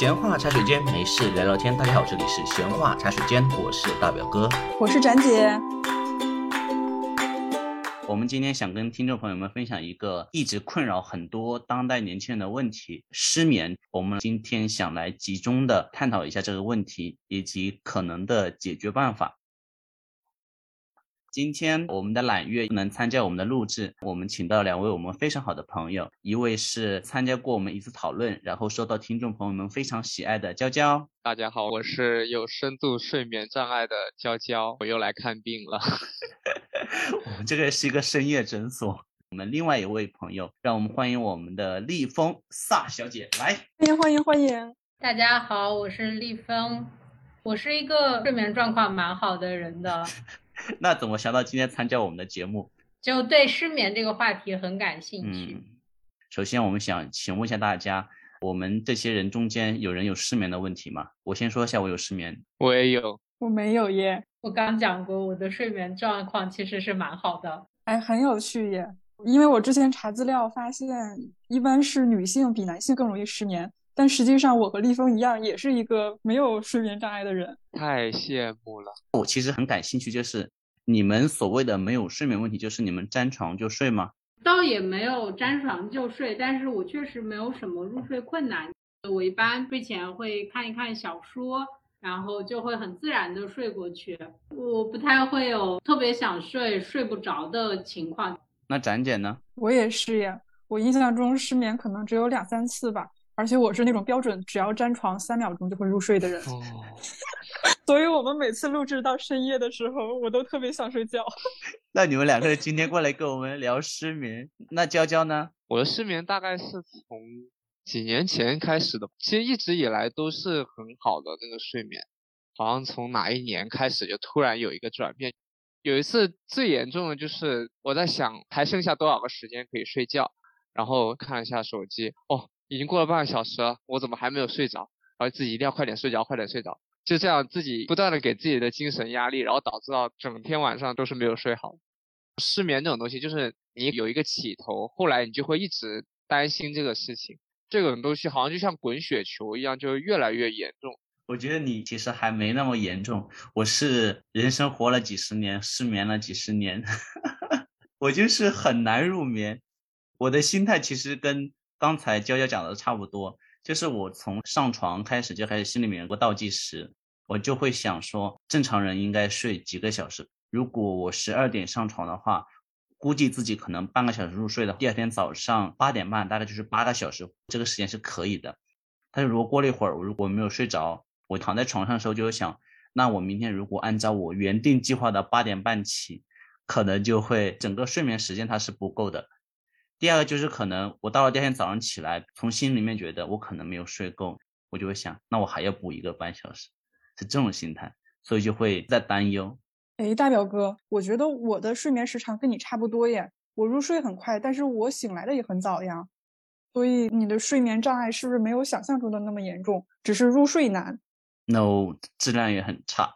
闲话茶水间，没事聊聊天。大家好，这里是闲话茶水间，我是大表哥， 我是展姐。 我们今天想跟听众朋友们分享一个一直困扰很多当代年轻人的问题——失眠。我们今天想来集中的探讨一下这个问题，以及可能的解决办法。今天我们的揽月能参加我们的录制，我们请到两位我们非常好的朋友，一位是参加过我们一次讨论，然后受到听众朋友们非常喜爱的娇娇。 大家好，我是有深度睡眠障碍的娇娇，我又来看病了。 我们这个是一个深夜诊所。我们另外一位朋友，让我们欢迎我们的丽峰萨小姐来。 欢迎。 大家好，我是丽峰，我是一个睡眠状况蛮好的人的。 那怎么想到今天参加我们的节目？ 就对失眠这个话题很感兴趣。 首先我们想请问一下大家，我们这些人中间有人有失眠的问题吗？我先说一下，我有失眠。 我也有。 我没有耶。 我刚讲过我的睡眠状况其实是蛮好的。 很有趣耶。因为我之前查资料发现一般是女性比男性更容易失眠，但实际上我和丽峰一样，也是一个没有睡眠障碍的人。 太羡慕了。 我其实很感兴趣，就是你们所谓的没有睡眠问题，就是你们沾床就睡吗？ 倒也没有沾床就睡，但是我确实没有什么入睡困难。我一般睡前会看一看小说，然后就会很自然的睡过去。我不太会有特别想睡不着的情况。 那展姐呢？ 我也是呀，我印象中失眠可能只有2-3次吧，而且我是那种标准只要沾床3秒钟就会入睡的人。所以我们每次录制到深夜的时候，我都特别想睡觉。 那你们两个人今天过来跟我们聊失眠，那娇娇呢？ 我的失眠大概是从几年前开始的，其实一直以来都是很好的那个睡眠，好像从哪一年开始就突然有一个转变。有一次最严重的就是我在想还剩下多少个时间可以睡觉，然后看了一下手机，已经过了半个小时了，我怎么还没有睡着？然后自己一定要快点睡着，就这样自己不断的给自己的精神压力，然后导致到整天晚上都是没有睡好。失眠这种东西就是你有一个起头，后来你就会一直担心这个事情，这种东西好像就像滚雪球一样，就越来越严重。 我觉得你其实还没那么严重，我是人生活了几十年，失眠了几十年。我就是很难入眠。我的心态其实跟刚才娇娇讲的差不多，就是我从上床开始就开始心里面有个倒计时，我就会想说正常人应该睡几个小时，如果我12点上床的话，估计自己可能半个小时入睡的，第二天早上8点半大概就是8个小时，这个时间是可以的。但是如果过了一会儿，我如果没有睡着，我躺在床上的时候就会想，那我明天如果按照我原定计划的8点半起，可能就会整个睡眠时间它是不够的。第二个就是可能我到了第二天早上起来，从心里面觉得我可能没有睡够，我就会想，那我还要补1个半小时，是这种心态，所以就会在担忧。 大表哥，我觉得我的睡眠时长跟你差不多耶，我入睡很快，但是我醒来的也很早呀。所以你的睡眠障碍是不是没有想象中的那么严重，只是入睡难 ？No， 质量也很差。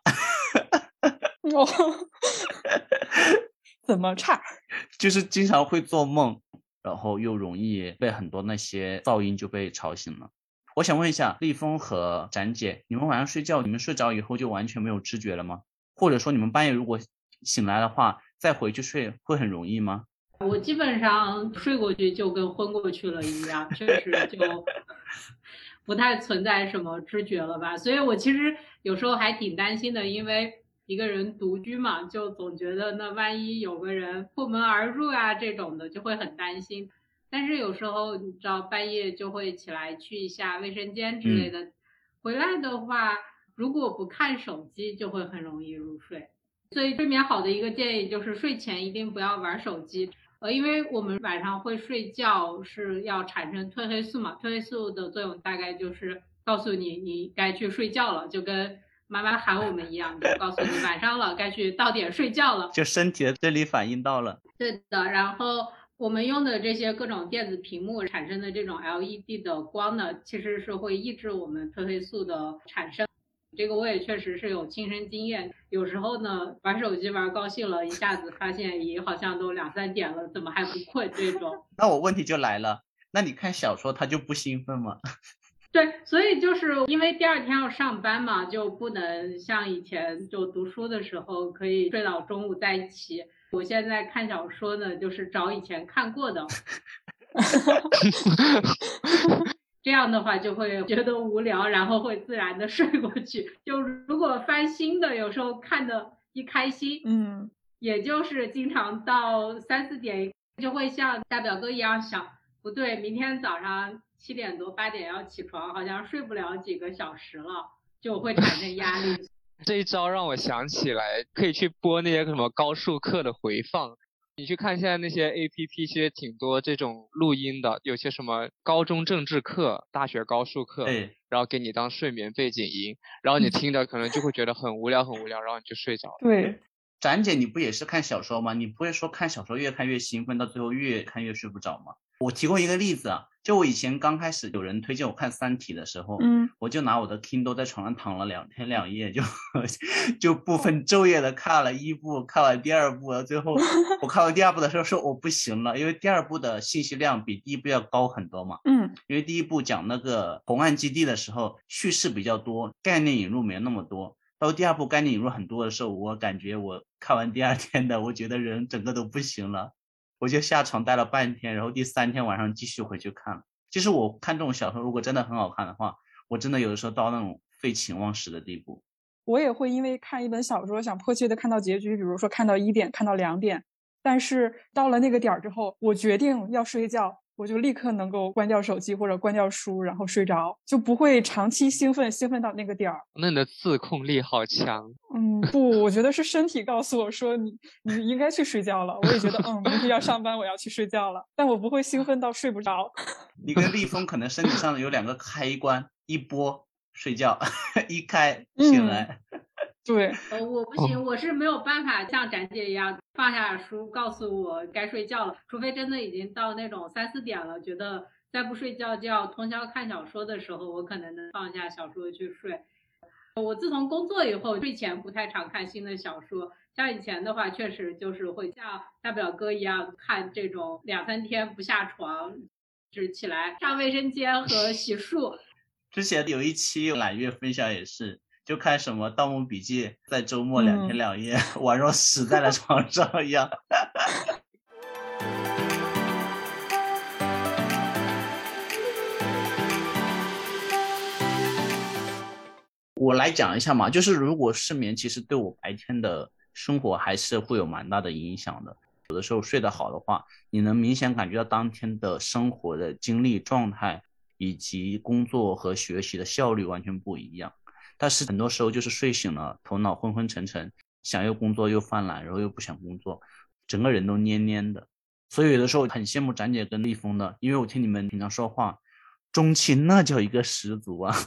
怎么差？ 就是经常会做梦，然后又容易被很多那些噪音就被吵醒了。我想问一下丽峰和展姐，你们晚上睡觉，你们睡着以后就完全没有知觉了吗？或者说你们半夜如果醒来的话再回去睡会很容易吗？ 我基本上睡过去就跟昏过去了一样，确实就不太存在什么知觉了吧。所以我其实有时候还挺担心的，因为一个人独居嘛，就总觉得那万一有个人破门而入啊这种的，就会很担心。但是有时候你知道半夜就会起来去一下卫生间之类的，回来的话如果不看手机就会很容易入睡。所以睡眠好的一个建议就是睡前一定不要玩手机。因为我们晚上会睡觉是要产生褪黑素嘛，褪黑素的作用大概就是告诉你该去睡觉了，就跟妈妈喊我们一样，就告诉你晚上了，该去到点睡觉了， 就身体的生理反应到了。 对的。然后我们用的这些各种电子屏幕产生的这种 LED 的光呢，其实是会抑制我们褪黑素的产生。这个我也确实是有亲身经验，有时候呢玩手机玩高兴了，一下子发现咦好像都2-3点了，怎么还不困这种。 那我问题就来了，那你看小说他就不兴奋吗？ 对，所以就是因为第二天要上班嘛，就不能像以前就读书的时候可以睡到中午再起。我现在看小说呢，就是找以前看过的，这样的话就会觉得无聊，然后会自然的睡过去。就如果翻新的，有时候看的一开心，也就是经常到3、4点就会像大表哥一样想，不对，明天早上7点多8点要起床，好像睡不了几个小时了，就会产生压力。 这一招让我想起来，可以去播那些什么高数课的回放。你去看现在那些 APP， 其实挺多这种录音的，有些什么高中政治课、大学高数课，然后给你当睡眠背景音，然后你听着可能就会觉得很无聊，然后你就睡着了。 对， 展姐，你不也是看小说吗？你不会说看小说越看越兴奋，到最后越看越睡不着吗？我提供一个例子啊，就我以前刚开始有人推荐我看《三体》的时候，我就拿我的 Kindle 在床上躺了2天2夜，就不分昼夜的看了1部，看完第2部，最后我看完第2部的时候说我不行了，因为第2部的信息量比第1部要高很多嘛。因为第1部讲那个红岸基地的时候，叙事比较多，概念引入没那么多。到第2部概念引入很多的时候，我感觉我看完第2天的，我觉得人整个都不行了，我就下床待了半天，然后第3天晚上继续回去看了。其实我看这种小说，如果真的很好看的话，我真的有的时候到那种废寝忘食的地步。 我也会因为看一本小说想迫切的看到结局，比如说看到1点，看到2点，但是到了那个点儿之后，我决定要睡觉，我就立刻能够关掉手机或者关掉书，然后睡着，就不会长期兴奋到那个点儿。 那你的自控力好强。 不，我觉得是身体告诉我说你应该去睡觉了。我也觉得明天要上班，我要去睡觉了，但我不会兴奋到睡不着。 你跟立峰可能身体上有2个开关，一拨睡觉，一开醒来。 对， 我不行，我是没有办法像展姐一样放下书告诉我该睡觉了，除非真的已经到那种3、4点了，觉得再不睡觉就要通宵看小说的时候，我可能能放下小说去睡。我自从工作以后，睡前不太常看新的小说，像以前的话，确实就是会像大表哥一样看这种2、3天不下床，只起来上卫生间和洗漱。 之前有一期揽月分享也是，就看什么《盗墓笔记》，在周末2天2夜，宛若死在了床上一样。我来讲一下嘛，就是如果失眠其实对我白天的生活还是会有蛮大的影响的。有的时候睡得好的话，你能明显感觉到当天的生活的精力状态以及工作和学习的效率完全不一样。但是很多时候就是睡醒了，头脑昏昏沉沉，想又工作又犯懒，然后又不想工作，整个人都蔫蔫的。所以有的时候很羡慕展姐跟立峰的，因为我听你们平常说话，中气那叫一个十足啊。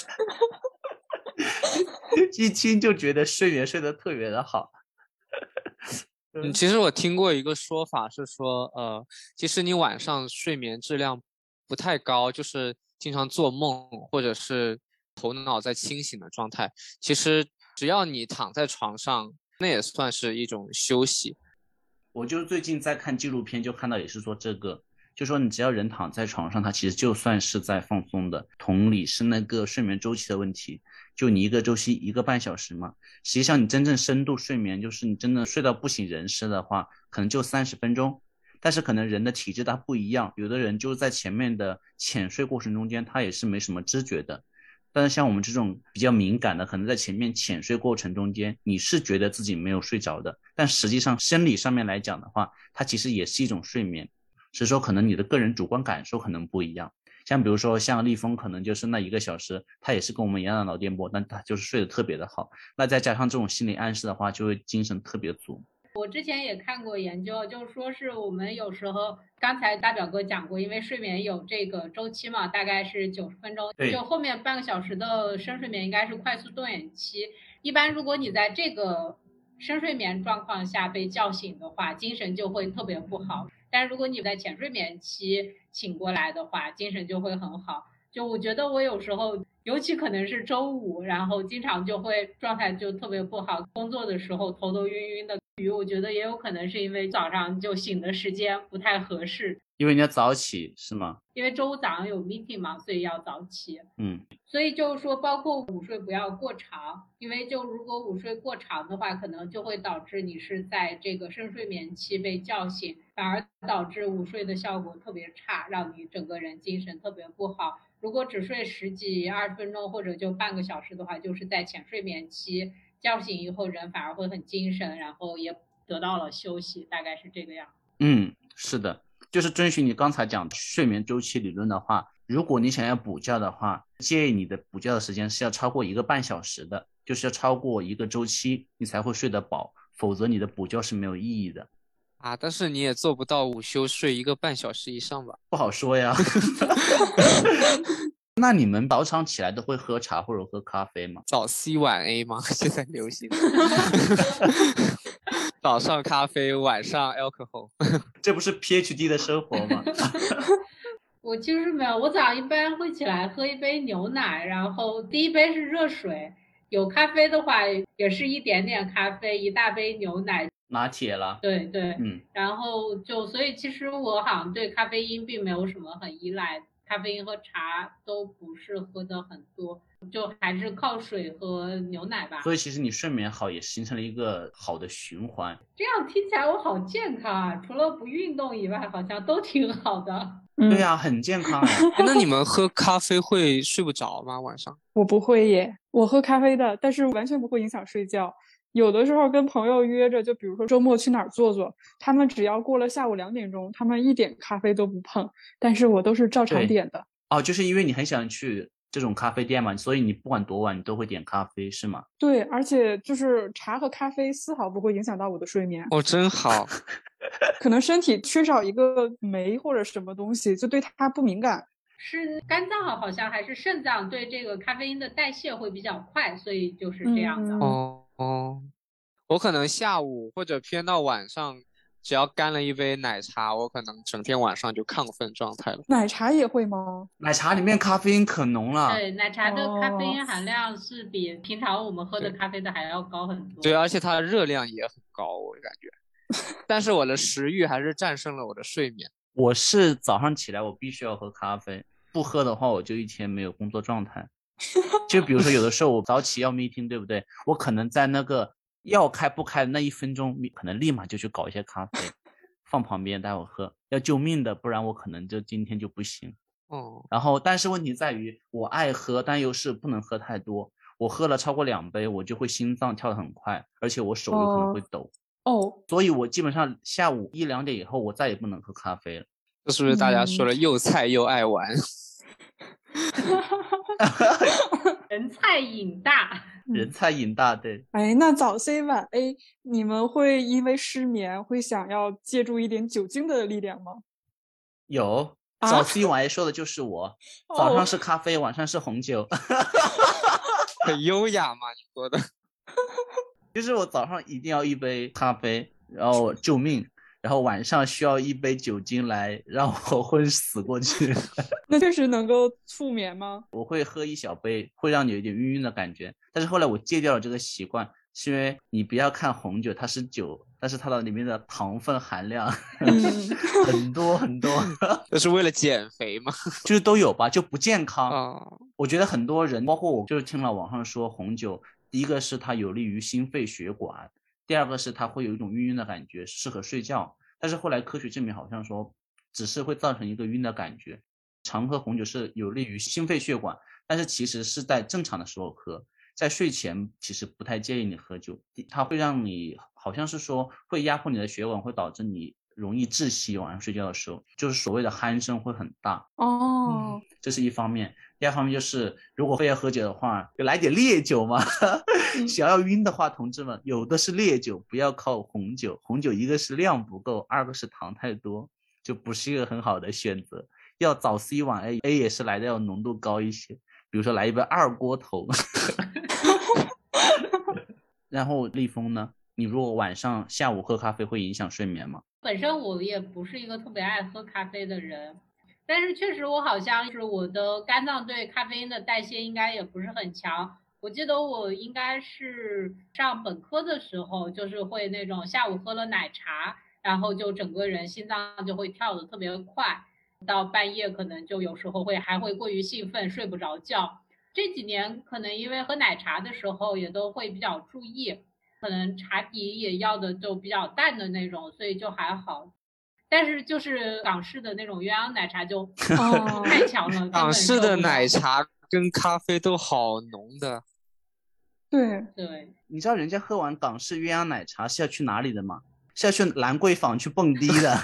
一听就觉得睡眠睡得特别的好。 其实我听过一个说法是说，其实你晚上睡眠质量不太高，就是经常做梦或者是头脑在清醒的状态，其实只要你躺在床上，那也算是一种休息。 我就最近在看纪录片，就看到也是说这个，就说你只要人躺在床上，他其实就算是在放松的。同理是那个睡眠周期的问题，就你一个周期1个半小时嘛，实际上你真正深度睡眠，就是你真的睡到不省人事的话，可能就30分钟。但是可能人的体质它不一样，有的人就在前面的浅睡过程中间，他也是没什么知觉的。但是像我们这种比较敏感的，可能在前面浅睡过程中间，你是觉得自己没有睡着的，但实际上生理上面来讲的话，它其实也是一种睡眠，只是说可能你的个人主观感受可能不一样。像比如说像立峰可能就是那1个小时，他也是跟我们一样的脑电波，但他就是睡得特别的好。那再加上这种心理暗示的话，就会精神特别足。 我之前也看过研究，就是说是我们有时候，刚才大表哥讲过，因为睡眠有这个周期嘛，大概是90分钟，就后面半个小时的深睡眠应该是快速动眼期。一般如果你在这个深睡眠状况下被叫醒的话，精神就会特别不好。但是如果你在浅睡眠期醒过来的话，精神就会很好。就我觉得我有时候，尤其可能是周五，然后经常就会状态就特别不好，工作的时候头都晕晕的。我觉得也有可能是因为早上就醒的时间不太合适。 因为你要早起是吗？ 因为周五早上有 meeting 嘛，所以要早起。 嗯， 所以就是说，包括午睡不要过长，因为就如果午睡过长的话，可能就会导致你是在这个深睡眠期被叫醒，反而导致午睡的效果特别差，让你整个人精神特别不好。如果只睡10几20分钟或者就半个小时的话，就是在浅睡眠期，叫醒以后人反而会很精神，然后也得到了休息，大概是这个样。 是的，就是遵循你刚才讲睡眠周期理论的话，如果你想要补觉的话，建议你的补觉的时间是要超过1个半小时的，就是要超过1个周期，你才会睡得饱，否则你的补觉是没有意义的。 啊，但是你也做不到午休睡1个半小时以上吧？ 不好说呀。那你们早上起来都会喝茶或者喝咖啡吗？ 早 C 晚 A 吗？现在流行的。早上咖啡，晚上 alcohol。 这不是 PhD 的生活吗？ 我其实没有，我早上一般会起来喝一杯牛奶，然后第一杯是热水，有咖啡的话也是一点点咖啡，一大杯牛奶。 拿铁了。 对对，然后所以其实我好像对咖啡因并没有什么很依赖，咖啡因和茶都不是喝的很多，就还是靠水和牛奶吧。 所以其实你睡眠好也形成了一个好的循环。 这样听起来我好健康啊，除了不运动以外好像都挺好的。 对呀，很健康呀。 那你们喝咖啡会睡不着吗？晚上？ 我不会耶，我喝咖啡的，但是完全不会影响睡觉。有的时候跟朋友约着，就比如说周末去哪儿坐坐，他们只要过了下午2点钟，他们一点咖啡都不碰，但是我都是照常点的。 哦，就是因为你很想去这种咖啡店嘛，所以你不管多晚你都会点咖啡是吗？ 对，而且就是茶和咖啡丝毫不会影响到我的睡眠。 哦，真好。 可能身体缺少一个酶或者什么东西，就对它不敏感。 是肝脏好像还是肾脏对这个咖啡因的代谢会比较快，所以就是这样的。 我可能下午或者偏到晚上，只要干了一杯奶茶，我可能整天晚上就亢奋状态了。 奶茶也会吗？ 奶茶里面咖啡因可浓了。 对，奶茶的咖啡因含量是比平常我们喝的咖啡的还要高很多。 对，而且它的热量也很高，我感觉。但是我的食欲还是战胜了我的睡眠。 我是早上起来我必须要喝咖啡，不喝的话我就一天没有工作状态。就比如说有的时候我早起要 meeting 对不对，我可能在那个要开不开的那1分钟，可能立马就去搞一些咖啡放旁边待会喝，要救命的，不然我可能就今天就不行。然后但是问题在于我爱喝，但又是不能喝太多，我喝了超过2杯我就会心脏跳得很快，而且我手有可能会抖。所以我基本上下午1、2点以后我再也不能喝咖啡了。 这是不是大家说的又菜又爱玩？ 人菜瘾大。 人菜瘾大，对。 那早 C 晚 A 你们会因为失眠会想要借助一点酒精的力量吗？ 有，早 C 晚 A 说的就是我。早上是咖啡，晚上是红酒。 很优雅嘛，你说的。 就是我早上一定要1杯咖啡，然后救命，然后晚上需要1杯酒精来让我昏死过去。 那确实能够促眠吗？ 我会喝1小杯，会让你有点晕晕的感觉，但是后来我戒掉了这个习惯，是因为你不要看红酒它是酒，但是它的里面的糖分含量很多很多。 这是为了减肥吗？ 就是都有吧，就不健康。我觉得很多人包括我就是听了网上说红酒，第一个是它有利于心肺血管，第二个是它会有一种晕晕的感觉，适合睡觉，但是后来科学证明好像说只是会造成一个晕的感觉。常喝红酒是有利于心肺血管，但是其实是在正常的时候喝，在睡前其实不太建议你喝酒，它会让你好像是说会压迫你的血管，会导致你容易窒息，晚上睡觉的时候就是所谓的鼾声会很大。这是一方面。第二方面就是如果非要喝酒的话就来点烈酒嘛。想要晕的话同志们有的是烈酒，不要靠红酒，红酒一个是量不够，二个是糖太多，就不是一个很好的选择。要早 C 晚 A 也是来的要浓度高一些，比如说来一杯2锅头。然后立峰呢，你如果晚上下午喝咖啡会影响睡眠吗？ 本身我也不是一个特别爱喝咖啡的人，但是确实我好像是我的肝脏对咖啡因的代谢应该也不是很强。我记得我应该是上本科的时候就是会那种下午喝了奶茶， 然后就整个人心脏就会跳得特别快，到半夜可能就有时候还会过于兴奋，睡不着觉。这几年可能因为喝奶茶的时候也都会比较注意，可能茶底也要的就比较淡的那种，所以就还好。但是就是港式的那种鸳鸯奶茶就太强了， 港式的奶茶跟咖啡都好浓的。 对， 你知道人家喝完港式鸳鸯奶茶是要去哪里的吗？是要去兰桂坊去蹦迪的。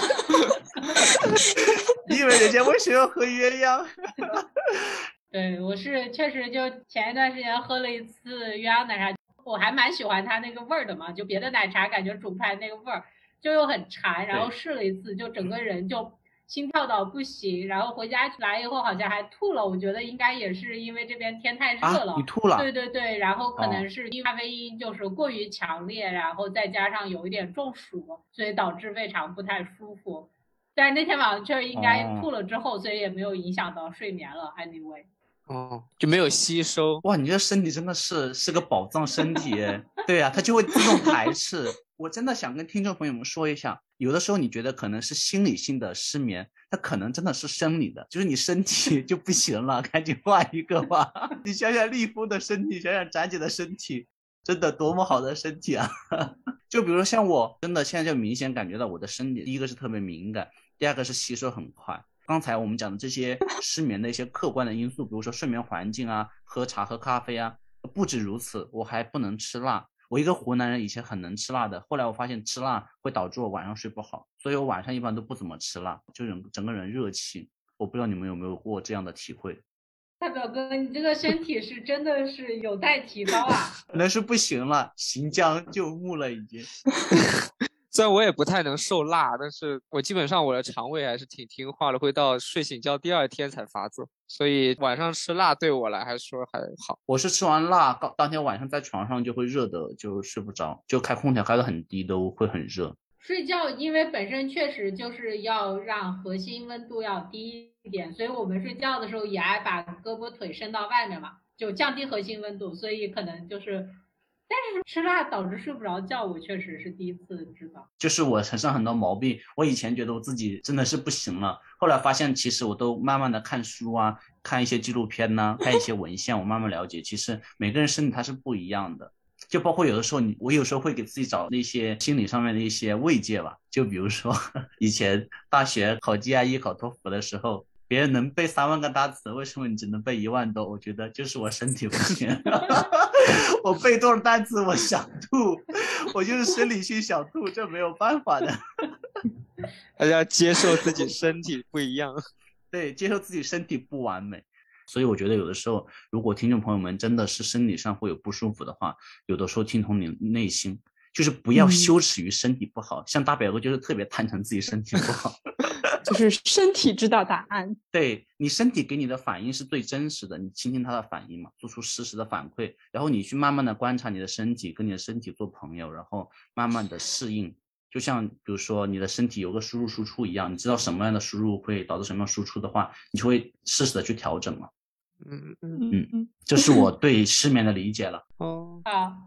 你以为人家为什么要喝鸳鸯？ 对，我是确实就前一段时间喝了一次鸳鸯奶茶，我还蛮喜欢它那个味儿的嘛，就别的奶茶感觉煮出来那个味儿就又很馋，然后试了一次就整个人就心跳到不行，然后回家来以后好像还吐了，我觉得应该也是因为这边天太热了。 你吐了？ 对对对，然后可能是因为咖啡因就是过于强烈，然后再加上有一点中暑，所以导致胃肠不太舒服。但是那天晚上确实应该吐了之后，所以也没有影响到睡眠了。Anyway， 就没有吸收。 哇，你这身体真的是个宝藏身体。对啊，它就会自动排斥。我真的想跟听众朋友们说一下，有的时候你觉得可能是心理性的失眠，它可能真的是生理的，就是你身体就不行了，赶紧换一个吧。你想想立夫的身体，想想展姐的身体，真的多么好的身体啊。就比如说像我，真的现在就明显感觉到我的身体，第一个是特别敏感，第二个是吸收很快。刚才我们讲的这些失眠的一些客观的因素，比如说睡眠环境啊，喝茶喝咖啡啊，不止如此，我还不能吃辣。我一个湖南人以前很能吃辣的，后来我发现吃辣会导致我晚上睡不好，所以我晚上一般都不怎么吃辣，就整个人热气。我不知道你们有没有过这样的体会。 大表哥，你这个身体是真的是有待提高啊。 可能是不行了，行将就木了已经。 虽然我也不太能受辣，但是我基本上我的肠胃还是挺听话的，会到睡醒觉第二天才发作，所以晚上吃辣对我来说还好。 我是吃完辣当天晚上在床上就会热的，就睡不着，就开空调开得很低都会很热。 睡觉因为本身确实就是要让核心温度要低一点，所以我们睡觉的时候也爱把胳膊腿伸到外面嘛，就降低核心温度，所以可能就是但是吃辣导致睡不着觉，我确实是第一次知道。 就是我身上很多毛病，我以前觉得我自己真的是不行了，后来发现其实我都慢慢的看书啊，看一些纪录片呐，看一些文献，我慢慢了解，其实每个人身体它是不一样的。就包括有的时候我有时候会给自己找那些心理上面的一些慰藉吧，就比如说以前大学考 GRE 考托福的时候，别人能背3万个单词，为什么你只能背1万多？我觉得就是我身体不行。我背多少单词我想吐，我就是生理性想吐，这没有办法的。 大家接受自己身体不一样。 对，接受自己身体不完美。所以我觉得有的时候，如果听众朋友们真的是身体上会有不舒服的话，有的时候听从你内心，就是不要羞耻于身体不好。像大表哥就是特别坦诚自己身体不好。 就是身体知道答案。 对，你身体给你的反应是最真实的，你倾听他的反应嘛，做出实时的反馈，然后你去慢慢的观察你的身体，跟你的身体做朋友，然后慢慢的适应。就像比如说你的身体有个输入输出一样，你知道什么样的输入会导致什么样的输出的话，你就会适时的去调整嘛。这是我对失眠的理解了。 好。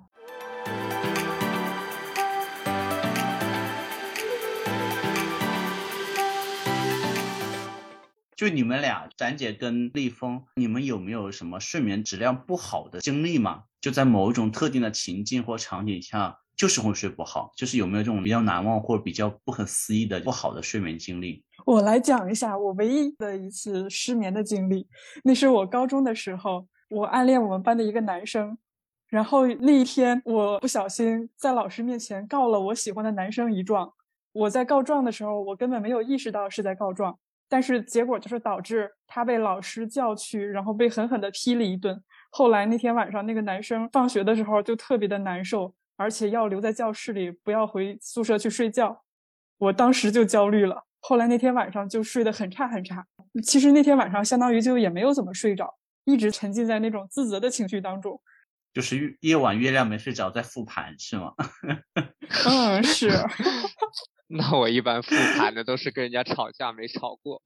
就你们俩，展姐跟立峰，你们有没有什么睡眠质量不好的经历吗？就在某一种特定的情境或场景下，就是会睡不好，就是有没有这种比较难忘或者比较不可思议的不好的睡眠经历？ 我来讲一下我唯一的一次失眠的经历。那是我高中的时候，我暗恋我们班的一个男生，然后那一天我不小心在老师面前告了我喜欢的男生一状。我在告状的时候，我根本没有意识到是在告状，但是结果就是导致他被老师叫去，然后被狠狠地批了一顿。后来那天晚上那个男生放学的时候就特别的难受，而且要留在教室里，不要回宿舍去睡觉。我当时就焦虑了，后来那天晚上就睡得很差很差。其实那天晚上相当于就也没有怎么睡着，一直沉浸在那种自责的情绪当中。 就是夜晚月亮没睡着在复盘是吗？ 是。 那我一般复盘的都是跟人家吵架没吵过。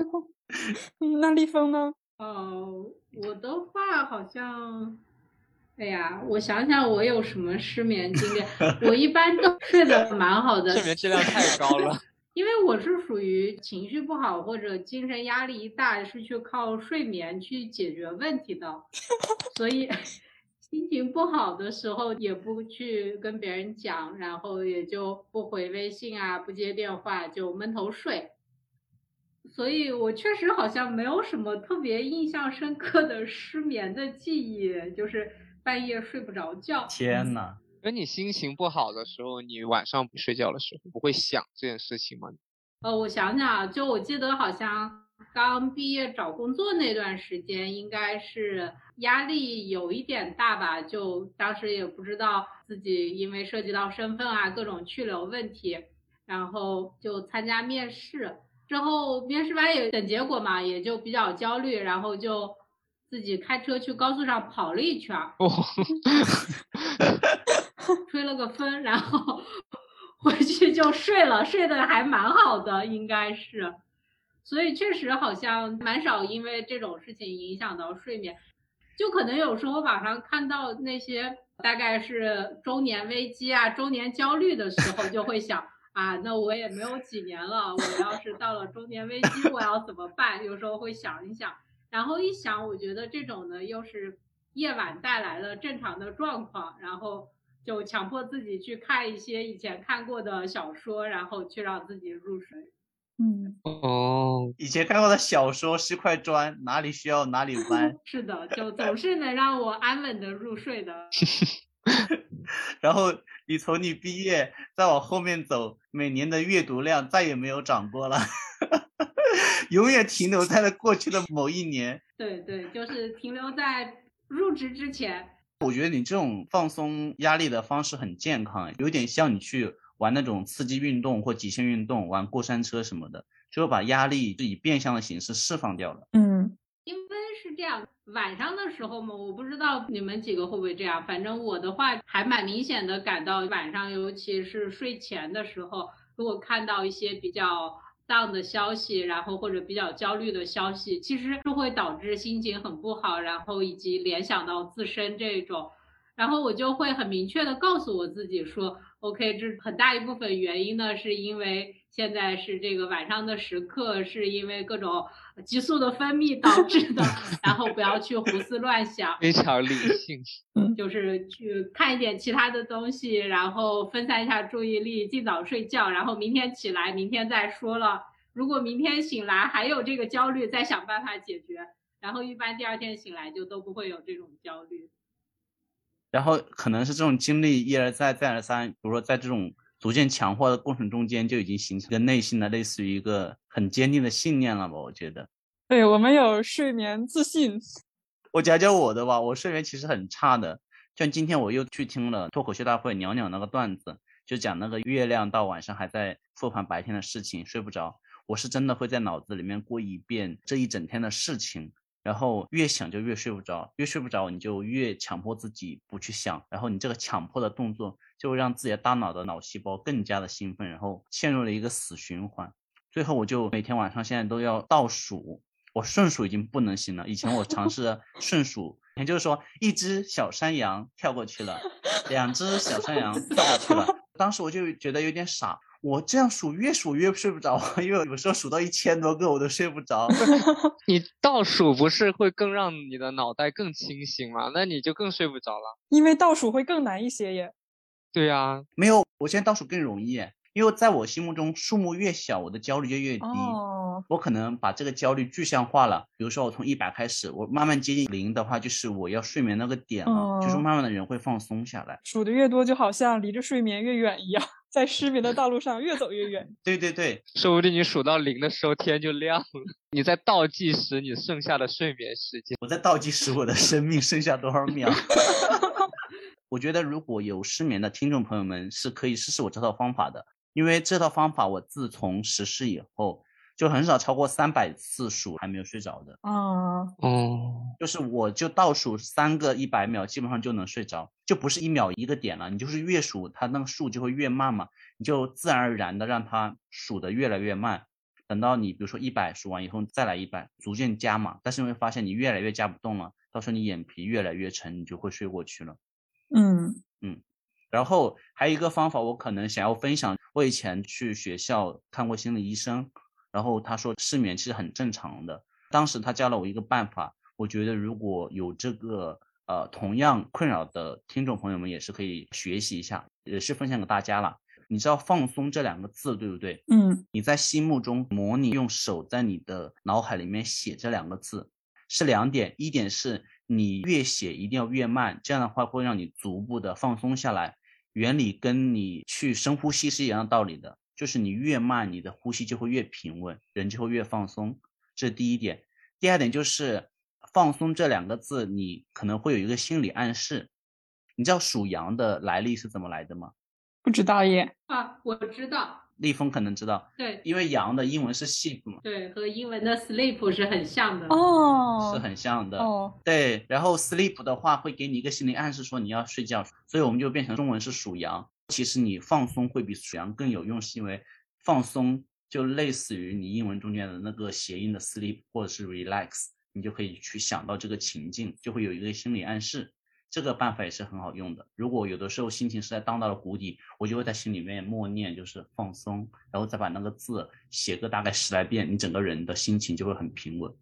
那立峰呢？ 我的话好像哎呀，我想想我有什么失眠经历，我一般都睡得蛮好的。 睡眠质量太高了。 因为我是属于情绪不好或者精神压力一大是去靠睡眠去解决问题的，所以心情不好的时候也不去跟别人讲，然后也就不回微信啊，不接电话，就闷头睡。所以我确实好像没有什么特别印象深刻的失眠的记忆，就是半夜睡不着觉。 天哪！ 跟你心情不好的时候，你晚上睡觉的时候不会想这件事情吗？ 我想想，就我记得好像刚毕业找工作那段时间，应该是压力有一点大吧，就当时也不知道自己因为涉及到身份啊各种去留问题，然后就参加面试，之后面试完也等结果嘛，也就比较焦虑，然后就自己开车去高速上跑了一圈，吹了个风，然后回去就睡了，睡得还蛮好的，应该是。所以确实好像蛮少因为这种事情影响到睡眠，就可能有时候网上看到那些大概是中年危机啊、中年焦虑的时候，就会想啊，那我也没有几年了，我要是到了中年危机，我要怎么办？有时候会想一想，然后一想，我觉得这种呢又是夜晚带来了正常的状况，然后就强迫自己去看一些以前看过的小说，然后去让自己入睡。 以前看过的小说是块砖，哪里需要哪里搬。 是的，就总是能让我安稳的入睡的。 然后你从你毕业再往后面走，每年的阅读量再也没有涨过了。永远停留在了过去的某一年。 对对，就是停留在入职之前。 我觉得你这种放松压力的方式很健康，有点像你去玩那种刺激运动或极限运动，玩过山车什么的，就把压力以变相的形式释放掉了。 因为是这样，晚上的时候嘛，我不知道你们几个会不会这样，反正我的话还蛮明显的感到晚上，尤其是睡前的时候，如果看到一些比较down的消息，然后或者比较焦虑的消息，其实是会导致心情很不好，然后以及联想到自身这种，然后我就会很明确的告诉我自己说 OK， 这很大一部分原因呢是因为现在是这个晚上的时刻，是因为各种激素的分泌导致的，然后不要去胡思乱想， 非常理性。 就是去看一点其他的东西，然后分散一下注意力，尽早睡觉，然后明天起来，明天再说了。如果明天醒来还有这个焦虑，再想办法解决，然后一般第二天醒来就都不会有这种焦虑。 然后可能是这种经历一而再再而三，比如说在这种逐渐强化的过程中间，就已经形成一个内心的类似于一个很坚定的信念了吧，我觉得。 对，我们有睡眠自信。 我讲讲我的吧，我睡眠其实很差的，像今天我又去听了脱口秀大会鸟鸟那个段子，就讲那个月亮到晚上还在复盘白天的事情，睡不着。我是真的会在脑子里面过一遍这一整天的事情，然后越想就越睡不着，越睡不着你就越强迫自己不去想，然后你这个强迫的动作就会让自己的大脑的脑细胞更加的兴奋，然后陷入了一个死循环。最后我就每天晚上现在都要倒数，我顺数已经不能行了，以前我尝试顺数，也就是说一只小山羊跳过去了，两只小山羊跳过去了，当时我就觉得有点傻，我这样数越数越睡不着，因为有时候数到1000多个我都睡不着。 你倒数不是会更让你的脑袋更清醒吗？那你就更睡不着了。 因为倒数会更难一些耶。 对啊， 没有，我现在倒数更容易耶，因为在我心目中数目越小我的焦虑就越低。我可能把这个焦虑具象化了，比如说我从100开始，我慢慢接近0的话，就是我要睡眠那个点了，就是慢慢的人会放松下来。 数的越多就好像离着睡眠越远一样，在失眠的道路上越走越远。 对对对， 说不定你数到0的时候天就亮了，你在倒计时你剩下的睡眠时间。 我在倒计时我的生命剩下多少秒。我觉得如果有失眠的听众朋友们是可以试试我这套方法的，因为这套方法我自从实施以后就很少超过300次数还没有睡着的。就是我就倒数3个100秒基本上就能睡着，就不是1秒1个点了，你就是越数它那个数就会越慢嘛，你就自然而然的让它数的越来越慢，等到你比如说100数完以后再来100，逐渐加嘛，但是你会发现你越来越加不动了， 到时候你眼皮越来越沉，你就会睡过去了。然后还有一个方法我可能想要分享，我以前去学校看过心理医生，然后他说失眠其实很正常的，当时他教了我一个办法，我觉得如果有这个同样困扰的听众朋友们也是可以学习一下，也是分享给大家了。你知道放松这2个字对不对？你在心目中模拟用手在你的脑海里面写这2个字，是2点，一点是你越写一定要越慢，这样的话会让你逐步的放松下来，原理跟你去深呼吸是一样的道理的，就是你越慢你的呼吸就会越平稳，人就会越放松，这是第一点。第二点就是放松这2个字你可能会有一个心理暗示。你知道属羊的来历是怎么来的吗？ 不知道耶。 我知道， 立峰可能知道。 对， 因为羊的英文是 sheep 嘛。 对，和英文的 sleep 是很像的。 是很像的。对，然后 sleep 的话会给你一个心理暗示说你要睡觉，所以我们就变成中文是属羊。其实你放松会比属羊更有用，是因为放松就类似于你英文中间的那个谐音的 sleep 或者是 relax， 你就可以去想到这个情境，就会有一个心理暗示。这个办法也是很好用的。如果有的时候心情实在荡到了谷底，我就会在心里面默念就是放松，然后再把那个字写个大概10来遍，你整个人的心情就会很平稳。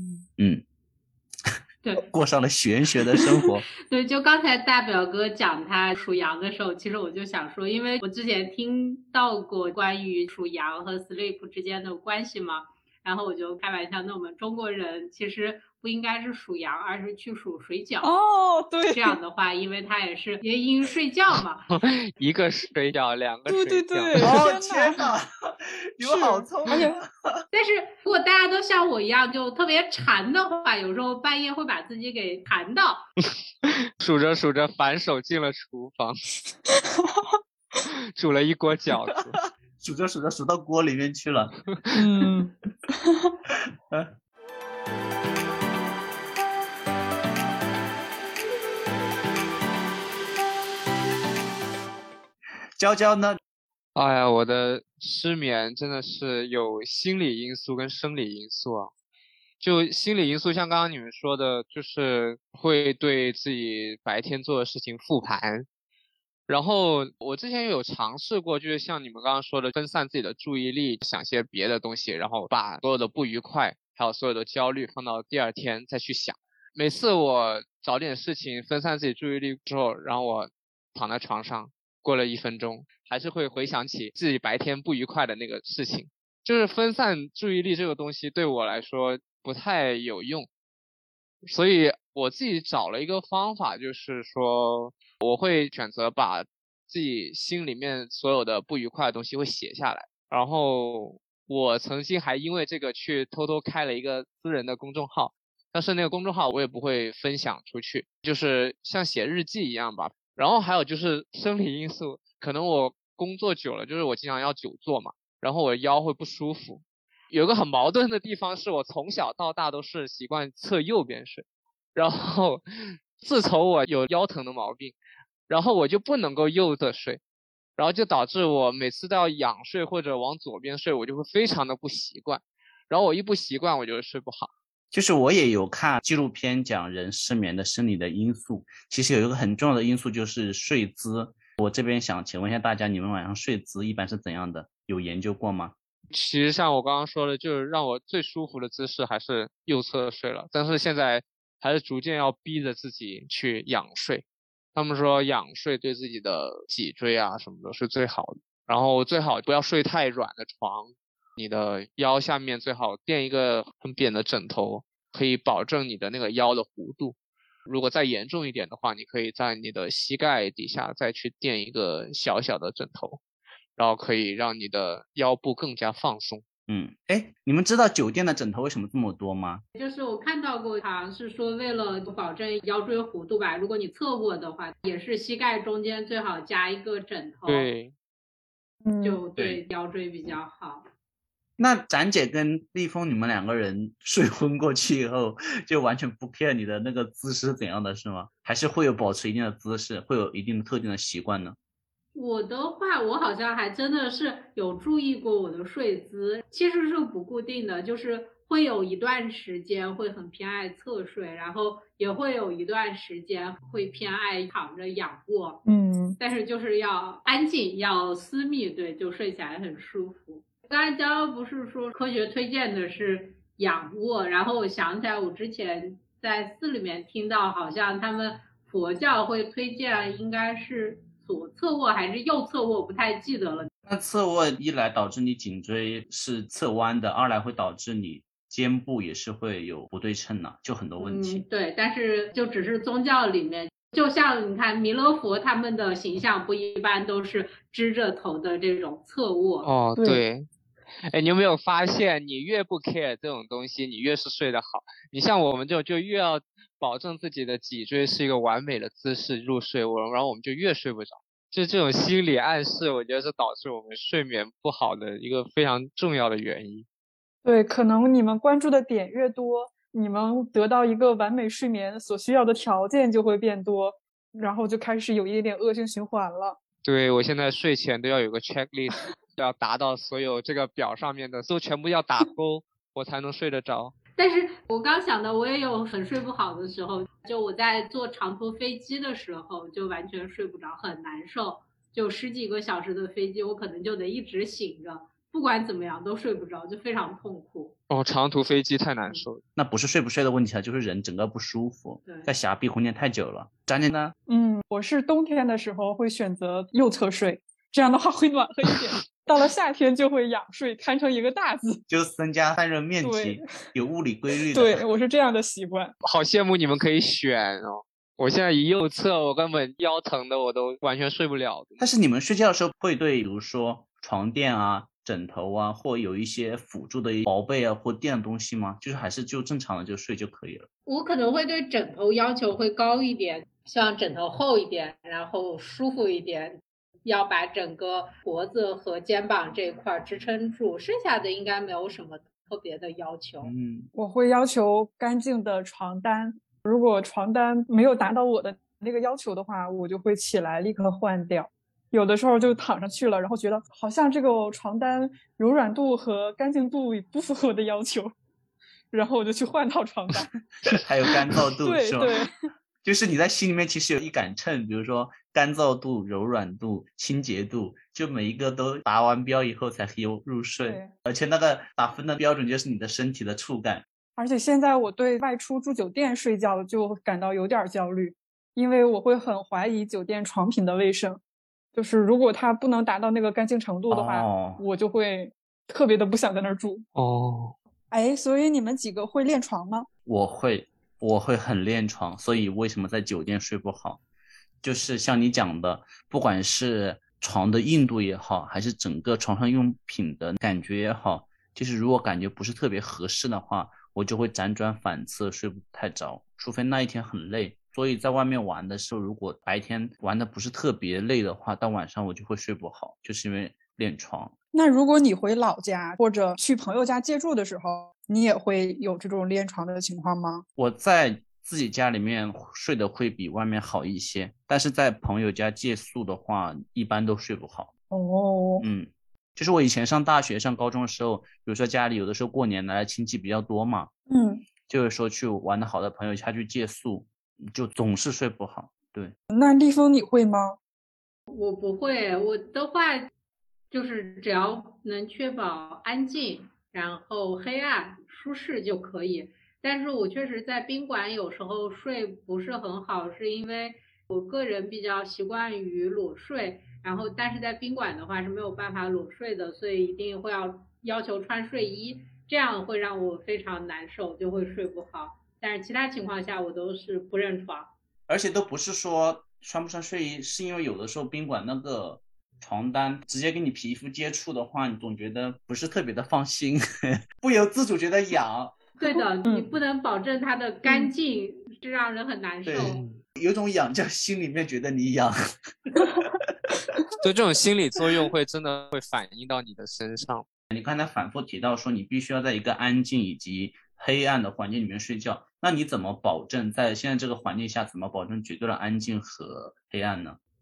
对， 过上了玄学的生活。 对，就刚才大表哥讲他属羊的时候，其实我就想说，因为我之前听到过关于属羊和 sleep 之间的关系嘛，然后我就开玩笑，那我们中国人其实不应该是属羊，而是去数水饺。 对， 这样的话，因为它也是因睡觉嘛。 一个水饺2个水饺。 对， 天哪，你们好聪明。 但是如果大家都像我一样就特别馋的话，有时候半夜会把自己给馋到。 数着数着反手进了厨房，煮了一锅饺子。 数着数着数到锅里面去了。娇娇呢？ 哎呀，我的失眠真的是有心理因素跟生理因素啊。就心理因素，像刚刚你们说的，就是会对自己白天做的事情复盘。然后我之前有尝试过，就是像你们刚刚说的，分散自己的注意力，想些别的东西，然后把所有的不愉快还有所有的焦虑放到第二天再去想。每次我找点事情分散自己注意力之后，然后我躺在床上，过了1分钟，还是会回想起自己白天不愉快的那个事情。就是分散注意力这个东西对我来说不太有用，所以我自己找了一个方法，就是说我会选择把自己心里面所有的不愉快的东西会写下来。然后我曾经还因为这个去偷偷开了一个私人的公众号，但是那个公众号我也不会分享出去，就是像写日记一样吧。然后还有就是生理因素，可能我工作久了，就是我经常要久坐嘛，然后我的腰会不舒服。有个很矛盾的地方是我从小到大都是习惯侧右边睡，然后自从我有腰疼的毛病，然后我就不能够右侧睡，然后就导致我每次都要仰睡或者往左边睡，我就会非常的不习惯，然后我一不习惯我就睡不好。 就是我也有看纪录片讲人失眠的生理的因素，其实有一个很重要的因素就是睡姿。我这边想请问一下大家，你们晚上睡姿一般是怎样的？有研究过吗？ 其实像我刚刚说的，就是让我最舒服的姿势还是右侧睡了，但是现在还是逐渐要逼着自己去仰睡。他们说仰睡对自己的脊椎啊什么的是最好的，然后最好不要睡太软的床，你的腰下面最好垫一个很扁的枕头，可以保证你的那个腰的弧度。如果再严重一点的话，你可以在你的膝盖底下再去垫一个小小的枕头，然后可以让你的腰部更加放松。 你们知道酒店的枕头为什么这么多吗？ 就是我看到过，好像是说为了保证腰椎弧度吧，如果你侧卧的话，也是膝盖中间最好加一个枕头， 对， 就对腰椎比较好。 那展姐跟立峰你们2个人睡昏过去以后就完全不 care 你的那个姿势怎样的是吗？还是会有保持一定的姿势，会有一定的特定的习惯呢？ 我的话，我好像还真的是有注意过我的睡姿，其实是不固定的，就是会有一段时间会很偏爱侧睡，然后也会有一段时间会偏爱躺着仰卧，但是就是要安静，要私密，对，就睡起来很舒服。刚才娇不是说科学推荐的是仰卧，然后我想起来我之前在寺里面听到，好像他们佛教会推荐应该是左侧卧还是右侧卧，不太记得了。 那侧卧一来导致你颈椎是侧弯的，二来会导致你肩部也是会有不对称的，就很多问题。 对，但是就只是宗教里面，就像你看弥勒佛他们的形象不一般都是支着头的这种侧卧。 哦，对。哎，你有没有发现，你越不 care 这种东西，你越是睡得好。你像我们就越要保证自己的脊椎是一个完美的姿势入睡，然后我们就越睡不着。就这种心理暗示，我觉得是导致我们睡眠不好的一个非常重要的原因。 对，可能你们关注的点越多，你们得到一个完美睡眠所需要的条件就会变多，然后就开始有一点点恶性循环了。 对，我现在睡前都要有个 checklist， 要达到所有这个表上面的都全部要打勾，我才能睡得着。 但是我刚想的，我也有很睡不好的时候，就我在坐长途飞机的时候就完全睡不着，很难受，就10几个小时的飞机我可能就得一直醒着，不管怎么样都睡不着，就非常痛苦。 哦，长途飞机太难受了。 那不是睡不睡的问题啊，就是人整个不舒服，在狭闭空间太久了。张姐呢？ 我是冬天的时候会选择右侧睡，这样的话会暖和一点。到了夏天就会仰睡，摊成一个大字， 就增加散热面积，有物理规律的。 对，我是这样的习惯。 好羡慕你们可以选哦。我现在一右侧，我根本腰疼的我都完全睡不了。 但是你们睡觉的时候会对比如说床垫啊、枕头啊，或有一些辅助的薄被啊或垫的东西吗？就是还是就正常的就睡就可以了？ 我可能会对枕头要求会高一点，希望枕头厚一点，然后舒服一点，要把整个脖子和肩膀这一块支撑住，剩下的应该没有什么特别的要求。 我会要求干净的床单，如果床单没有达到我的那个要求的话，我就会起来立刻换掉。有的时候就躺上去了，然后觉得好像这个床单柔软度和干净度不符合我的要求，然后我就去换套床单。 还有干燥度是吧？ 对， 就是你在心里面其实有一杆秤，比如说干燥度、柔软度、清洁度，就每一个都达完标以后才可以入睡。而且那个打分的标准就是你的身体的触感。 而且现在我对外出住酒店睡觉就感到有点焦虑，因为我会很怀疑酒店床品的卫生。就是如果它不能达到那个干净程度的话，我就会特别的不想在那儿住。所以你们几个会练床吗？ 我会很练床，所以为什么在酒店睡不好，就是像你讲的，不管是床的硬度也好，还是整个床上用品的感觉也好，就是如果感觉不是特别合适的话，我就会辗转反侧睡不太着，除非那一天很累。所以在外面玩的时候，如果白天玩的不是特别累的话，到晚上我就会睡不好，就是因为练床。 那如果你回老家或者去朋友家借住的时候，你也会有这种练床的情况吗？ 我在自己家里面睡得会比外面好一些，但是在朋友家借宿的话，一般都睡不好。就是我以前上大学、上高中的时候，比如说家里有的时候过年来的亲戚比较多嘛，就是说去玩得好的朋友家去借宿，就总是睡不好。对， 那立峰你会吗？ 我不会，我的话就是只要能确保安静，然后黑暗舒适就可以。但是我确实在宾馆有时候睡不是很好，是因为我个人比较习惯于裸睡，然后但是在宾馆的话是没有办法裸睡的，所以一定会要求穿睡衣，这样会让我非常难受，就会睡不好。但是其他情况下我都是不认床。 而且都不是说穿不穿睡衣，是因为有的时候宾馆那个床单直接跟你皮肤接触的话，你总觉得不是特别的放心，不由自主觉得痒。 对的，你不能保证它的干净，是让人很难受。 有种痒叫心里面觉得你痒。 就这种心理作用会真的会反映到你的身上。 你刚才反复提到说你必须要在一个安静以及黑暗的环境里面睡觉，那你怎么保证在现在这个环境下怎么保证绝对的安静和黑暗呢？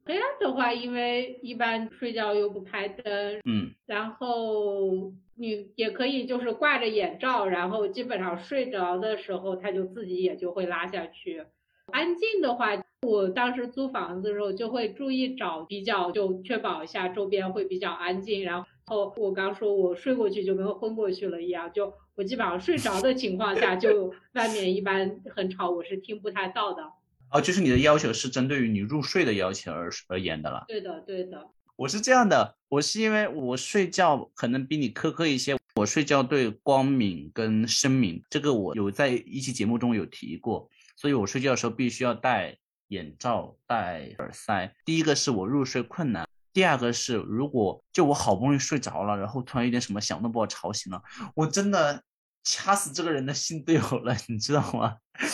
黑暗的话，因为一般睡觉又不开灯，然后你也可以就是挂着眼罩，然后基本上睡着的时候，它就自己也就会拉下去。安静的话，我当时租房子的时候就会注意找比较，就确保一下周边会比较安静。然后我刚说我睡过去就跟昏过去了一样，就我基本上睡着的情况下，就外面一般很吵，我是听不太到的。 哦，就是你的要求是针对于你入睡的要求而言的了。 对的，对的。 我是这样的，我是因为我睡觉可能比你苛刻一些，我睡觉对光敏跟声敏，这个我有在一期节目中有提过，所以我睡觉的时候必须要戴眼罩、戴耳塞。第一个是我入睡困难，第二个是如果就我好不容易睡着了，然后突然有点什么响动把我吵醒了，我真的掐死这个人的心都有了，你知道吗？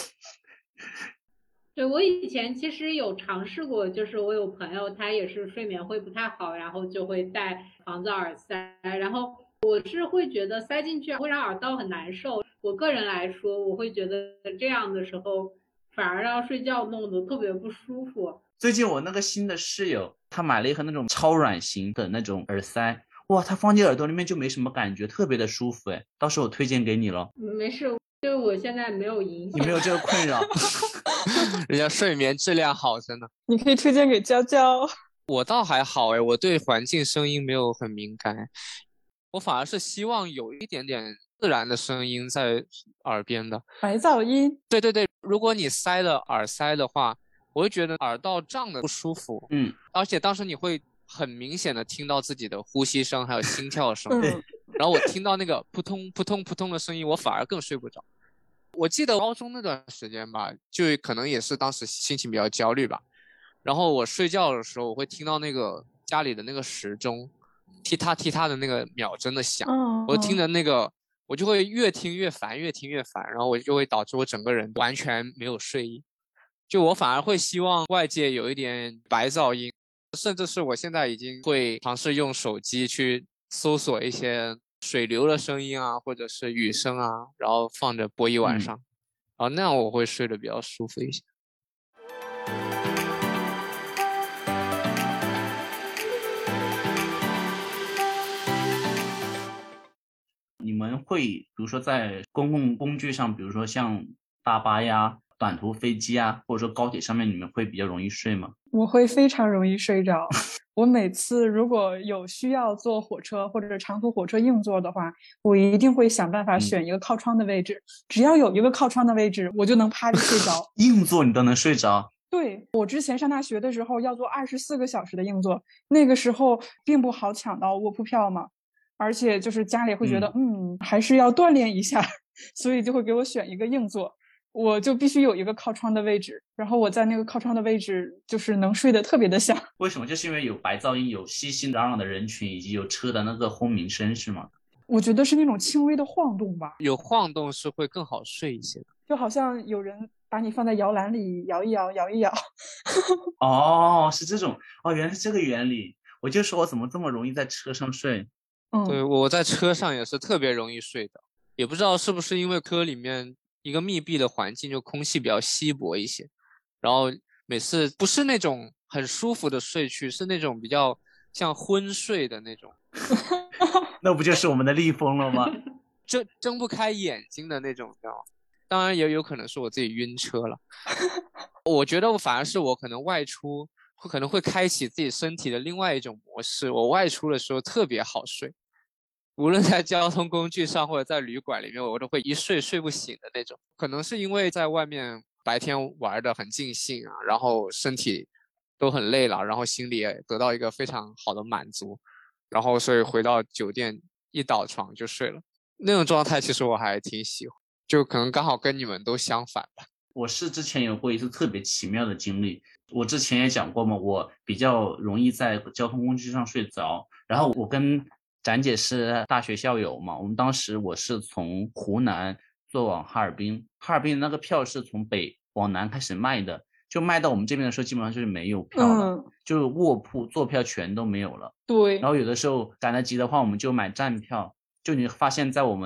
对，我以前其实有尝试过，就是我有朋友他也是睡眠会不太好，然后就会戴防噪耳塞，然后我是会觉得塞进去会让耳道很难受。我个人来说，我会觉得这样的时候反而让睡觉弄得特别不舒服。 最近我那个新的室友，他买了一盒那种超软型的那种耳塞，哇，他放进耳朵里面就没什么感觉，特别的舒服。到时候我推荐给你了。 没事，就是我现在没有影响。 你没有这个困扰。 人家睡眠质量好着呢。 你可以推荐给娇娇。 我倒还好哎，我对环境声音没有很敏感，我反而是希望有一点点自然的声音在耳边的。 白噪音？ 对对对，如果你塞了耳塞的话，我会觉得耳道胀的不舒服。而且当时你会很明显的听到自己的呼吸声还有心跳声。然后我听到那个扑通扑通扑通的声音，我反而更睡不着。我记得高中那段时间吧，就可能也是当时心情比较焦虑吧，然后我睡觉的时候我会听到那个家里的那个时钟踢踏踢踏的那个秒针的响，我听着那个我就会越听越烦，越听越烦，然后我就会导致我整个人完全没有睡意。就我反而会希望外界有一点白噪音，甚至是我现在已经会尝试用手机去搜索一些水流的声音啊，或者是雨声啊，然后放着播一晚上，然后那样我会睡得比较舒服一些。 你们会比如说在公共工具上，比如说像大巴呀、短途飞机啊，或者说高铁上面，你们会比较容易睡吗？ 我会非常容易睡着。我每次如果有需要坐火车或者长途火车硬座的话，我一定会想办法选一个靠窗的位置，只要有一个靠窗的位置，我就能趴着睡着。 硬座你都能睡着？ 对，我之前上大学的时候要坐24个小时的硬座，那个时候并不好抢到卧铺票嘛，而且就是家里会觉得还是要锻炼一下，所以就会给我选一个硬座，我就必须有一个靠窗的位置，然后我在那个靠窗的位置就是能睡得特别的香。 为什么？就是因为有白噪音，有熙熙攘攘的人群，以及有车的那个轰鸣声，是吗？ 我觉得是那种轻微的晃动吧， 有晃动是会更好睡一些的， 就好像有人把你放在摇篮里摇一摇摇一摇。 哦，是这种哦，原来是这个原理。我就说我怎么这么容易在车上睡。 对，我在车上也是特别容易睡的，也不知道是不是因为车里面一个密闭的环境，就空气比较稀薄一些，然后每次不是那种很舒服的睡去，是那种比较像昏睡的那种。 那不就是我们的逆风了吗？ 睁不开眼睛的那种，知道吗？当然也有可能是我自己晕车了。我觉得反而是我可能外出可能会开启自己身体的另外一种模式，我外出的时候特别好睡，无论在交通工具上或者在旅馆里面，我都会一睡睡不醒的那种。可能是因为在外面白天玩得很尽兴啊，然后身体都很累了，然后心里也得到一个非常好的满足，然后所以回到酒店一倒床就睡了。那种状态其实我还挺喜欢，就可能刚好跟你们都相反吧。 我是之前有过一次特别奇妙的经历，我之前也讲过嘛，我比较容易在交通工具上睡着，然后我跟展姐是大学校友嘛，我们当时我是从湖南坐往哈尔滨，哈尔滨那个票是从北往南开始卖的，就卖到我们这边的时候基本上就是没有票了，就卧铺坐票全都没有了。 对， 然后有的时候赶得及的话，我们就买站票，就你发现在我们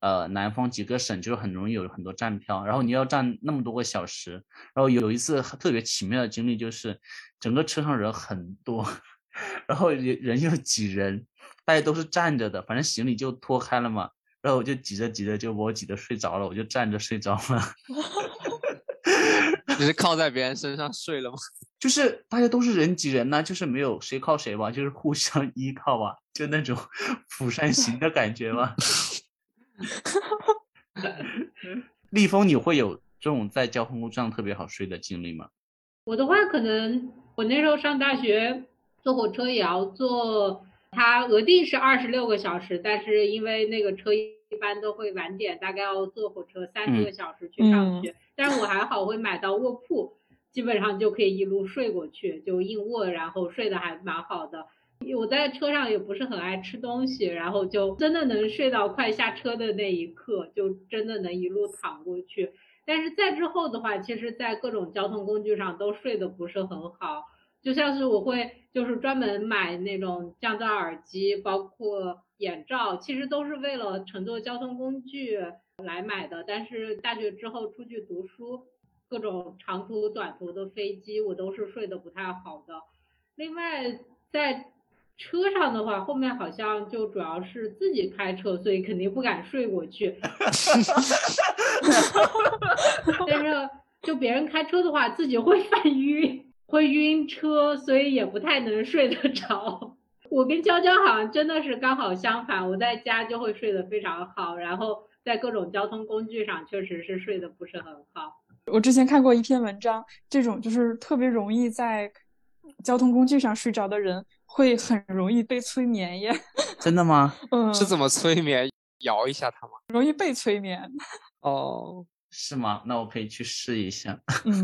南方几个省就很容易有很多站票，然后你要站那么多个小时，然后有一次特别奇妙的经历就是整个车上人很多，然后人又挤人，大家都是站着的，反正行李就脱开了嘛，然后我就挤着挤着就把我挤得睡着了，我就站着睡着了。 你是靠在别人身上睡了吗？ 就是大家都是人挤人呐，就是没有谁靠谁吧，就是互相依靠啊，就那种釜山行的感觉吧。立峰，你会有这种在交通工具上特别好睡的经历吗？ 我的话，可能我那时候上大学坐火车也要坐，它额定是26个小时，但是因为那个车一般都会晚点，大概要坐火车30个小时去上学。但是我还好会买到卧铺，基本上就可以一路睡过去，就硬卧，然后睡得还蛮好的。我在车上也不是很爱吃东西，然后就真的能睡到快下车的那一刻，就真的能一路躺过去。但是再之后的话，其实在各种交通工具上都睡得不是很好，就像是我会就是专门买那种降噪耳机，包括眼罩，其实都是为了乘坐交通工具来买的。但是大学之后出去读书，各种长途短途的飞机我都是睡得不太好的。另外在车上的话，后面好像就主要是自己开车，所以肯定不敢睡过去。但是就别人开车的话，自己会犯晕，会晕车，所以也不太能睡得着。我跟娇娇好像真的是刚好相反，我在家就会睡得非常好，然后在各种交通工具上确实是睡得不是很好。 我之前看过一篇文章，这种就是特别容易在交通工具上睡着的人会很容易被催眠耶。 真的吗？ 是怎么催眠？摇一下它吗？ 容易被催眠。 哦， 是吗？那我可以去试一下。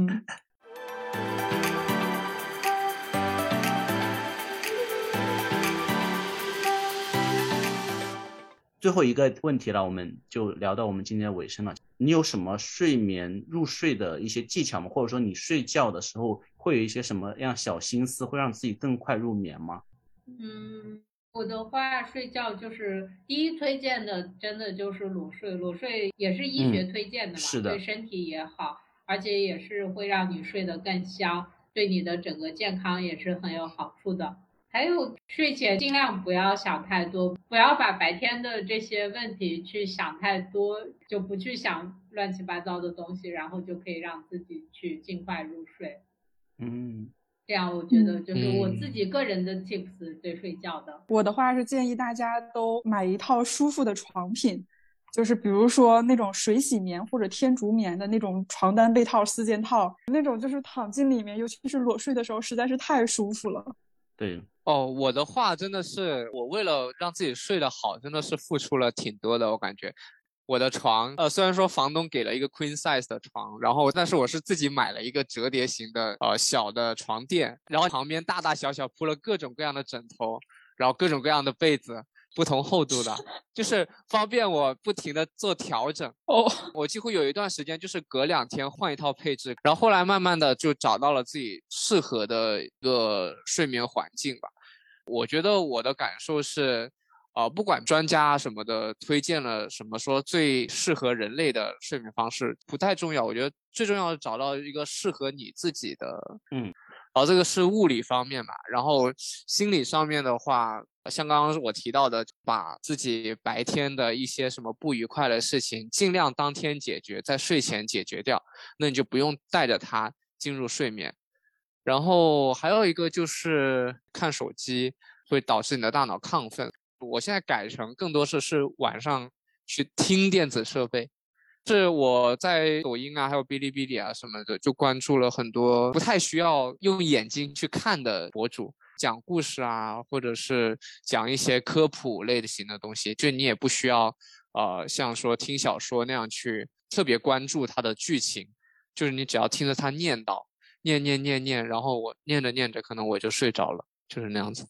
最后一个问题了，我们就聊到我们今天的尾声了。你有什么睡眠入睡的一些技巧吗？或者说你睡觉的时候会有一些什么样小心思，会让自己更快入眠吗？ 我的话睡觉就是第一推荐的真的就是裸睡，裸睡也是医学推荐的嘛， 是的， 对身体也好，而且也是会让你睡得更香，对你的整个健康也是很有好处的。还有睡前尽量不要想太多，不要把白天的这些问题去想太多，就不去想乱七八糟的东西，然后就可以让自己去尽快入睡。这样我觉得就是我自己个人的 tips 对睡觉的。 我的话是建议大家都买一套舒服的床品，就是比如说那种水洗棉或者天竺棉的那种床单被套四件套，那种就是躺进里面，尤其是裸睡的时候实在是太舒服了。 对哦，我的话真的是我为了让自己睡得好，真的是付出了挺多的，我感觉。我的床，虽然说房东给了一个 queen size 的床，然后但是我是自己买了一个折叠型的小的床垫，然后旁边大大小小铺了各种各样的枕头，然后各种各样的被子，不同厚度的，就是方便我不停的做调整。我几乎有一段时间就是隔2天换一套配置，然后后来慢慢的就找到了自己适合的一个睡眠环境吧。我觉得我的感受是。不管专家什么的推荐了什么说最适合人类的睡眠方式不太重要，我觉得最重要是找到一个适合你自己的，这个是物理方面嘛，然后心理上面的话，像刚刚我提到的，把自己白天的一些什么不愉快的事情尽量当天解决，在睡前解决掉，那你就不用带着它进入睡眠。然后还有一个就是看手机会导致你的大脑亢奋。我现在改成更多是晚上去听电子设备，是我在抖音啊，还有哔哩哔哩啊什么的，就关注了很多不太需要用眼睛去看的博主，讲故事啊，或者是讲一些科普类型的东西，就你也不需要像说听小说那样去特别关注它的剧情，就是你只要听着它念叨，念，然后我念着念着，可能我就睡着了，就是那样子。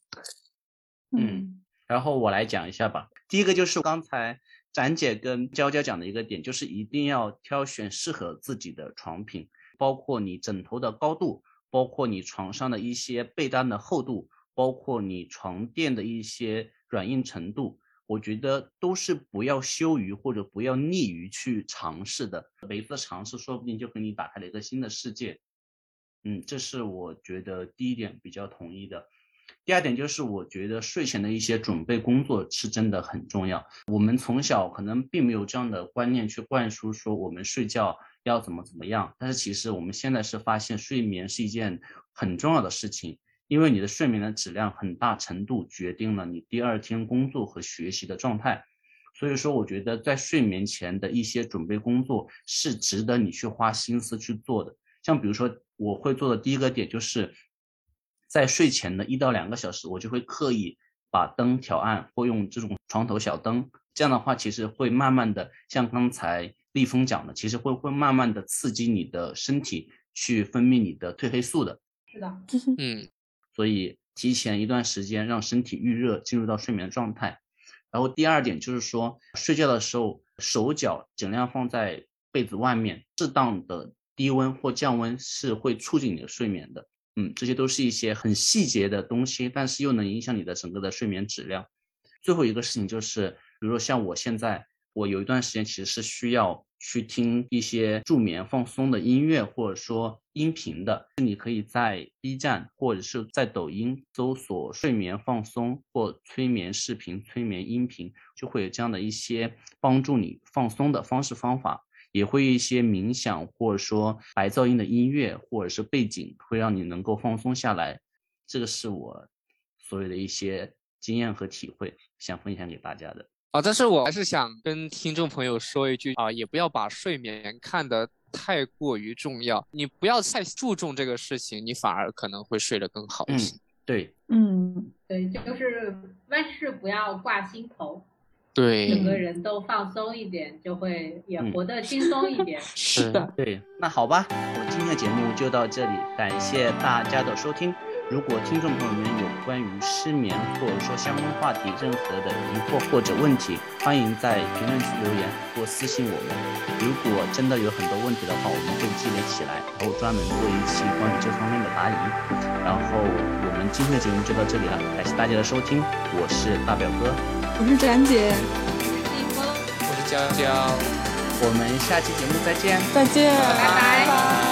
然后我来讲一下吧。第一个就是刚才展姐跟娇娇讲的一个点，就是一定要挑选适合自己的床品，包括你枕头的高度，包括你床上的一些被单的厚度，包括你床垫的一些软硬程度。 我觉得都是不要羞于或者不要逆于去尝试的，每一次尝试说不定就给你打开了一个新的世界。这是我觉得第一点比较同意的。第二点就是我觉得睡前的一些准备工作是真的很重要。我们从小可能并没有这样的观念去灌输说我们睡觉要怎么样，但是其实我们现在是发现睡眠是一件很重要的事情，因为你的睡眠的质量很大程度决定了你第二天工作和学习的状态。所以说我觉得在睡眠前的一些准备工作是值得你去花心思去做的。像比如说我会做的第一个点就是在睡前的1到2个小时，我就会刻意把灯调暗，或用这种床头小灯，这样的话其实会慢慢的像刚才立峰讲的，其实会慢慢的刺激你的身体去分泌你的褪黑素的。 是的， 所以提前一段时间让身体预热，进入到睡眠状态。然后第二点就是说睡觉的时候手脚尽量放在被子外面，适当的低温或降温是会促进你的睡眠的。这些都是一些很细节的东西，但是又能影响你的整个的睡眠质量。最后一个事情就是，比如说像我现在，我有一段时间其实是需要去听一些助眠放松的音乐或者说音频的。你可以在 B 站或者是在抖音搜索睡眠放松或催眠视频、催眠音频，就会有这样的一些帮助你放松的方式方法。也会一些冥想或者说白噪音的音乐或者是背景，会让你能够放松下来。这个是我所有的一些经验和体会，想分享给大家的。 但是我还是想跟听众朋友说一句也不要把睡眠看得太过于重要，你不要太注重这个事情，你反而可能会睡得更好一些。 对， 对，就是万事不要挂心头。 对， 整个人都放松一点，就会也活得轻松一点。 是的， 对。那好吧，我今天的节目就到这里，感谢大家的收听。如果听众朋友们有关于失眠或者说相关话题任何的疑惑或者问题，欢迎在评论区留言或私信我们。如果真的有很多问题的话，我们会积累起来，然后专门做一期关于这方面的答疑。然后我们今天的节目就到这里了，感谢大家的收听，我是大表哥， 我是展姐， 我是娇娇， 我们下期节目再见， 再见， 拜拜。